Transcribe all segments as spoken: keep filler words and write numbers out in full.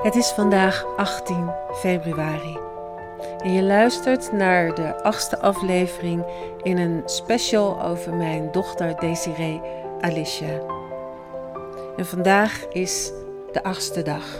Het is vandaag achttien februari en je luistert naar de achtste aflevering in een special over mijn dochter Desiree Alicia. En vandaag is de achtste dag.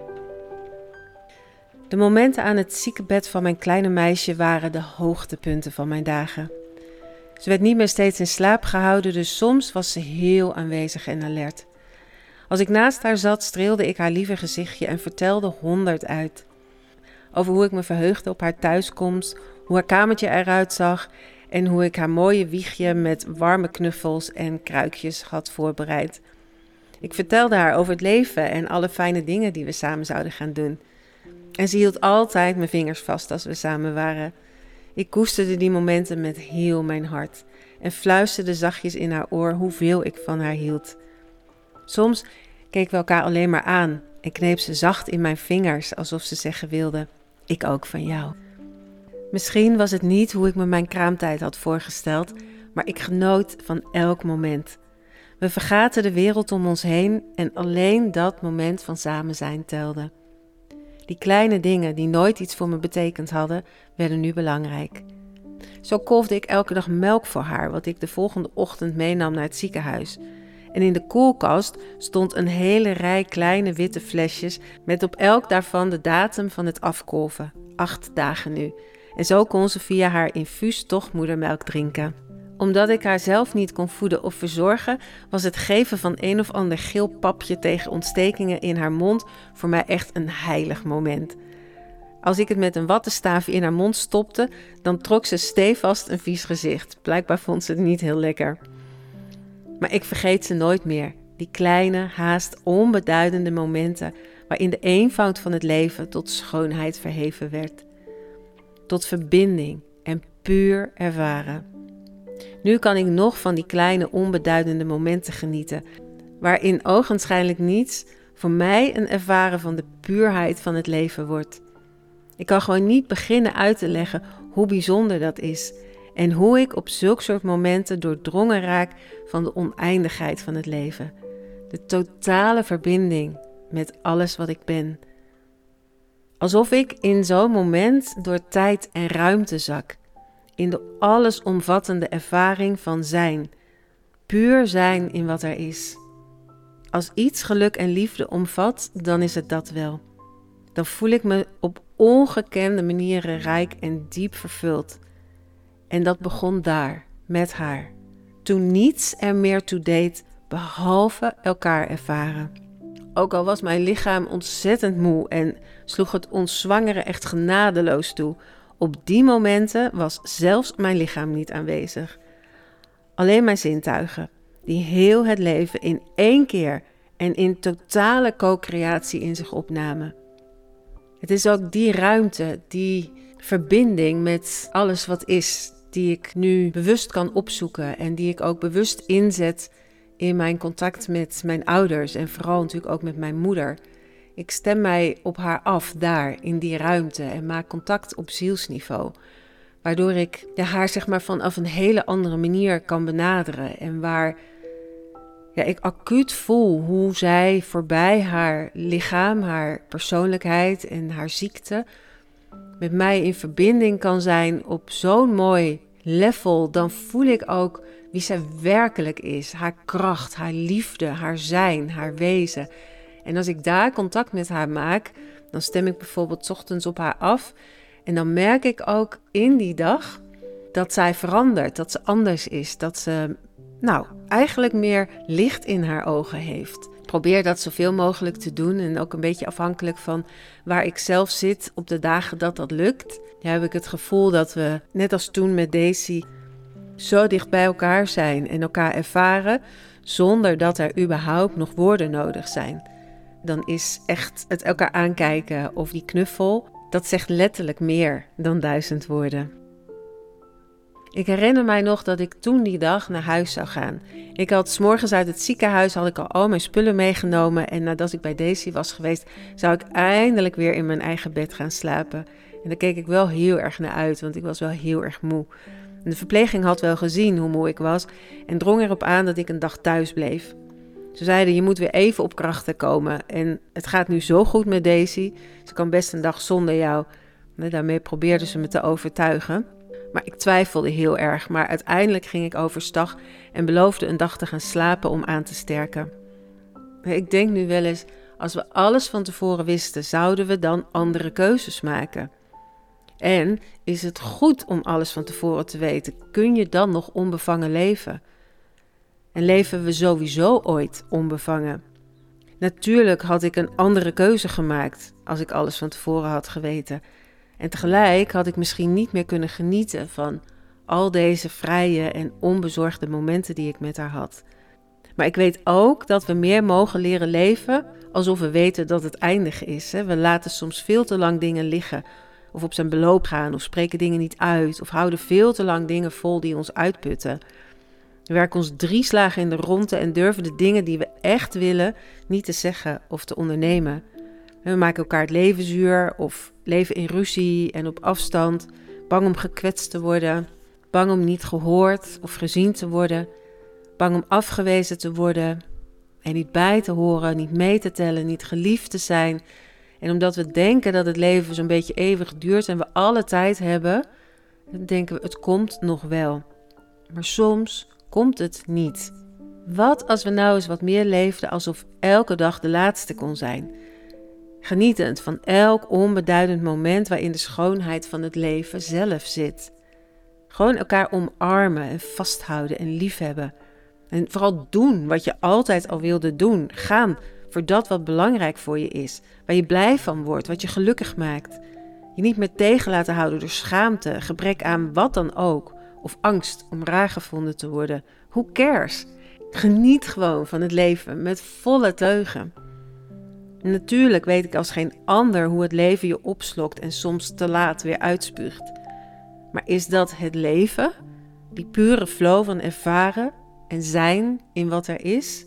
De momenten aan het ziekenbed van mijn kleine meisje waren de hoogtepunten van mijn dagen. Ze werd niet meer steeds in slaap gehouden, dus soms was ze heel aanwezig en alert. Als ik naast haar zat, streelde ik haar lieve gezichtje en vertelde honderd uit. Over hoe ik me verheugde op haar thuiskomst, hoe haar kamertje eruit zag en hoe ik haar mooie wiegje met warme knuffels en kruikjes had voorbereid. Ik vertelde haar over het leven en alle fijne dingen die we samen zouden gaan doen. En ze hield altijd mijn vingers vast als we samen waren. Ik koesterde die momenten met heel mijn hart en fluisterde zachtjes in haar oor hoeveel ik van haar hield. Soms keken we elkaar alleen maar aan en kneep ze zacht in mijn vingers alsof ze zeggen wilde, ik ook van jou. Misschien was het niet hoe ik me mijn kraamtijd had voorgesteld, maar ik genoot van elk moment. We vergaten de wereld om ons heen en alleen dat moment van samen zijn telde. Die kleine dingen die nooit iets voor me betekend hadden, werden nu belangrijk. Zo kolfde ik elke dag melk voor haar, wat ik de volgende ochtend meenam naar het ziekenhuis. En in de koelkast stond een hele rij kleine witte flesjes met op elk daarvan de datum van het afkolven. Acht dagen nu. En zo kon ze via haar infuus toch moedermelk drinken. Omdat ik haar zelf niet kon voeden of verzorgen, was het geven van een of ander geel papje tegen ontstekingen in haar mond voor mij echt een heilig moment. Als ik het met een wattenstaafje in haar mond stopte, dan trok ze stevast een vies gezicht. Blijkbaar vond ze het niet heel lekker. Maar ik vergeet ze nooit meer, die kleine, haast onbeduidende momenten waarin de eenvoud van het leven tot schoonheid verheven werd. Tot verbinding en puur ervaren. Nu kan ik nog van die kleine onbeduidende momenten genieten, waarin ogenschijnlijk niets voor mij een ervaren van de puurheid van het leven wordt. Ik kan gewoon niet beginnen uit te leggen hoe bijzonder dat is en hoe ik op zulke soort momenten doordrongen raak van de oneindigheid van het leven. De totale verbinding met alles wat ik ben. Alsof ik in zo'n moment door tijd en ruimte zak. In de allesomvattende ervaring van zijn. Puur zijn in wat er is. Als iets geluk en liefde omvat, dan is het dat wel. Dan voel ik me op ongekende manieren rijk en diep vervuld. En dat begon daar, met haar. Toen niets er meer toe deed, behalve elkaar ervaren. Ook al was mijn lichaam ontzettend moe en sloeg het ons zwangere echt genadeloos toe. Op die momenten was zelfs mijn lichaam niet aanwezig. Alleen mijn zintuigen, die heel het leven in één keer en in totale co-creatie in zich opnamen. Het is ook die ruimte, die verbinding met alles wat is, die ik nu bewust kan opzoeken en die ik ook bewust inzet in mijn contact met mijn ouders en vooral natuurlijk ook met mijn moeder. Ik stem mij op haar af daar, in die ruimte en maak contact op zielsniveau. Waardoor ik ja, haar zeg maar vanaf een hele andere manier kan benaderen. En waar ja, ik acuut voel hoe zij voorbij haar lichaam, haar persoonlijkheid en haar ziekte met mij in verbinding kan zijn op zo'n mooi level. Dan voel ik ook wie zij werkelijk is. Haar kracht, haar liefde, haar zijn, haar wezen. En als ik daar contact met haar maak, dan stem ik bijvoorbeeld 's ochtends op haar af. En dan merk ik ook in die dag dat zij verandert, dat ze anders is. Dat ze, nou, eigenlijk meer licht in haar ogen heeft. Ik probeer dat zoveel mogelijk te doen en ook een beetje afhankelijk van waar ik zelf zit op de dagen dat dat lukt. Ja, heb ik het gevoel dat we, net als toen met Daisy, zo dicht bij elkaar zijn en elkaar ervaren zonder dat er überhaupt nog woorden nodig zijn. Dan is echt het elkaar aankijken of die knuffel, dat zegt letterlijk meer dan duizend woorden. Ik herinner mij nog dat ik toen die dag naar huis zou gaan. Ik had 's morgens uit het ziekenhuis had ik al al mijn spullen meegenomen en nadat ik bij Daisy was geweest, zou ik eindelijk weer in mijn eigen bed gaan slapen. En daar keek ik wel heel erg naar uit, want ik was wel heel erg moe. En de verpleging had wel gezien hoe moe ik was en drong erop aan dat ik een dag thuis bleef. Ze zeiden, je moet weer even op krachten komen. En het gaat nu zo goed met Daisy. Ze kan best een dag zonder jou. En daarmee probeerden ze me te overtuigen. Maar ik twijfelde heel erg. Maar uiteindelijk ging ik overstag en beloofde een dag te gaan slapen om aan te sterken. Ik denk nu wel eens, als we alles van tevoren wisten, zouden we dan andere keuzes maken? En is het goed om alles van tevoren te weten? Kun je dan nog onbevangen leven? En leven we sowieso ooit onbevangen? Natuurlijk had ik een andere keuze gemaakt als ik alles van tevoren had geweten. En tegelijk had ik misschien niet meer kunnen genieten van al deze vrije en onbezorgde momenten die ik met haar had. Maar ik weet ook dat we meer mogen leren leven alsof we weten dat het eindig is. We laten soms veel te lang dingen liggen of op zijn beloop gaan of spreken dingen niet uit of houden veel te lang dingen vol die ons uitputten. We werken ons drie slagen in de ronde en durven de dingen die we echt willen niet te zeggen of te ondernemen. We maken elkaar het leven zuur of leven in ruzie en op afstand, bang om gekwetst te worden, bang om niet gehoord of gezien te worden, bang om afgewezen te worden en niet bij te horen, niet mee te tellen, niet geliefd te zijn. En omdat we denken dat het leven zo'n beetje eeuwig duurt en we alle tijd hebben, dan denken we het komt nog wel. Maar soms komt het niet. Wat als we nou eens wat meer leefden alsof elke dag de laatste kon zijn? Genietend van elk onbeduidend moment waarin de schoonheid van het leven zelf zit. Gewoon elkaar omarmen en vasthouden en liefhebben. En vooral doen wat je altijd al wilde doen. Gaan voor dat wat belangrijk voor je is. Waar je blij van wordt, wat je gelukkig maakt. Je niet meer tegen laten houden door schaamte, gebrek aan wat dan ook. Of angst om raar gevonden te worden. Who cares? Geniet gewoon van het leven met volle teugen. En natuurlijk weet ik als geen ander hoe het leven je opslokt en soms te laat weer uitspuugt. Maar is dat het leven? Die pure flow van ervaren en zijn in wat er is?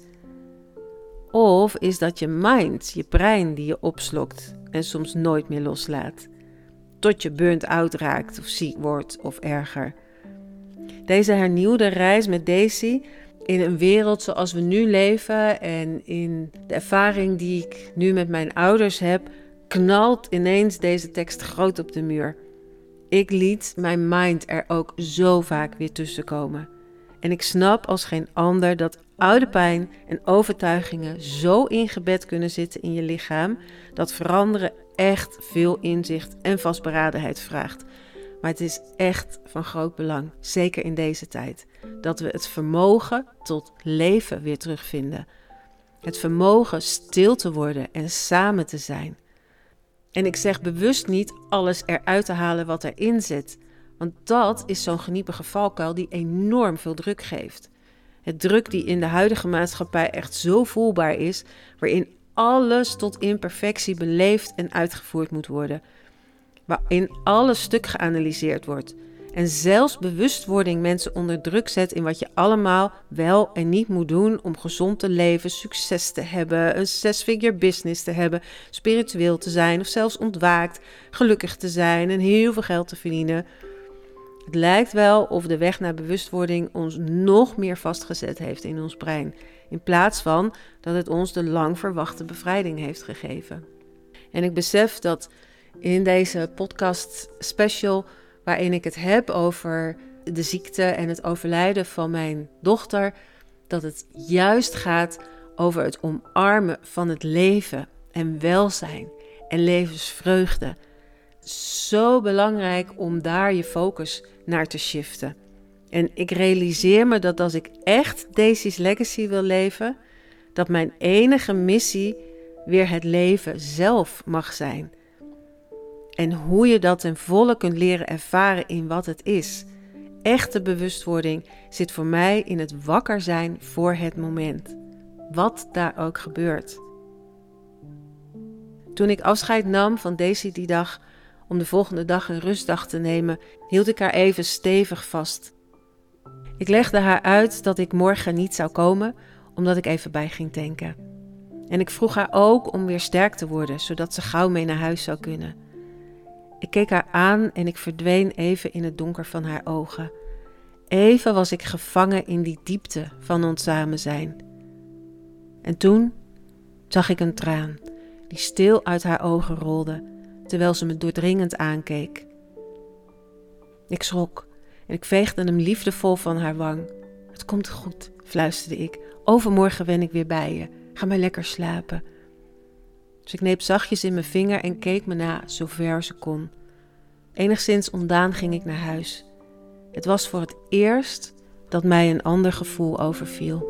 Of is dat je mind, je brein die je opslokt en soms nooit meer loslaat? Tot je burnt out raakt of ziek wordt of erger. Deze hernieuwde reis met Daisy in een wereld zoals we nu leven en in de ervaring die ik nu met mijn ouders heb, knalt ineens deze tekst groot op de muur. Ik liet mijn mind er ook zo vaak weer tussen komen. En ik snap als geen ander dat oude pijn en overtuigingen zo ingebed kunnen zitten in je lichaam, dat veranderen echt veel inzicht en vastberadenheid vraagt. Maar het is echt van groot belang, zeker in deze tijd, dat we het vermogen tot leven weer terugvinden. Het vermogen stil te worden en samen te zijn. En ik zeg bewust niet alles eruit te halen wat erin zit, want dat is zo'n geniepige valkuil die enorm veel druk geeft. Het druk die in de huidige maatschappij echt zo voelbaar is, waarin alles tot imperfectie beleefd en uitgevoerd moet worden. Waarin alles stuk geanalyseerd wordt. En zelfs bewustwording mensen onder druk zet in wat je allemaal wel en niet moet doen om gezond te leven, succes te hebben, een zes-figure business te hebben, spiritueel te zijn of zelfs ontwaakt, gelukkig te zijn en heel veel geld te verdienen. Het lijkt wel of de weg naar bewustwording ons nog meer vastgezet heeft in ons brein, in plaats van dat het ons de lang verwachte bevrijding heeft gegeven. En ik besef dat in deze podcast special, waarin ik het heb over de ziekte en het overlijden van mijn dochter, dat het juist gaat over het omarmen van het leven en welzijn en levensvreugde. Zo belangrijk om daar je focus naar te shiften. En ik realiseer me dat als ik echt Daisy's legacy wil leven, dat mijn enige missie weer het leven zelf mag zijn. En hoe je dat ten volle kunt leren ervaren in wat het is. Echte bewustwording zit voor mij in het wakker zijn voor het moment. Wat daar ook gebeurt. Toen ik afscheid nam van Daisy die dag, om de volgende dag een rustdag te nemen, hield ik haar even stevig vast. Ik legde haar uit dat ik morgen niet zou komen, omdat ik even bij ging tanken. En ik vroeg haar ook om weer sterk te worden, zodat ze gauw mee naar huis zou kunnen. Ik keek haar aan en ik verdween even in het donker van haar ogen. Even was ik gevangen in die diepte van ons samen zijn. En toen zag ik een traan die stil uit haar ogen rolde, terwijl ze me doordringend aankeek. Ik schrok en ik veegde hem liefdevol van haar wang. Het komt goed, fluisterde ik. Overmorgen ben ik weer bij je. Ga maar lekker slapen. Dus ik kneep zachtjes in mijn vinger en keek me na zover ze kon. Enigszins ontdaan ging ik naar huis. Het was voor het eerst dat mij een ander gevoel overviel.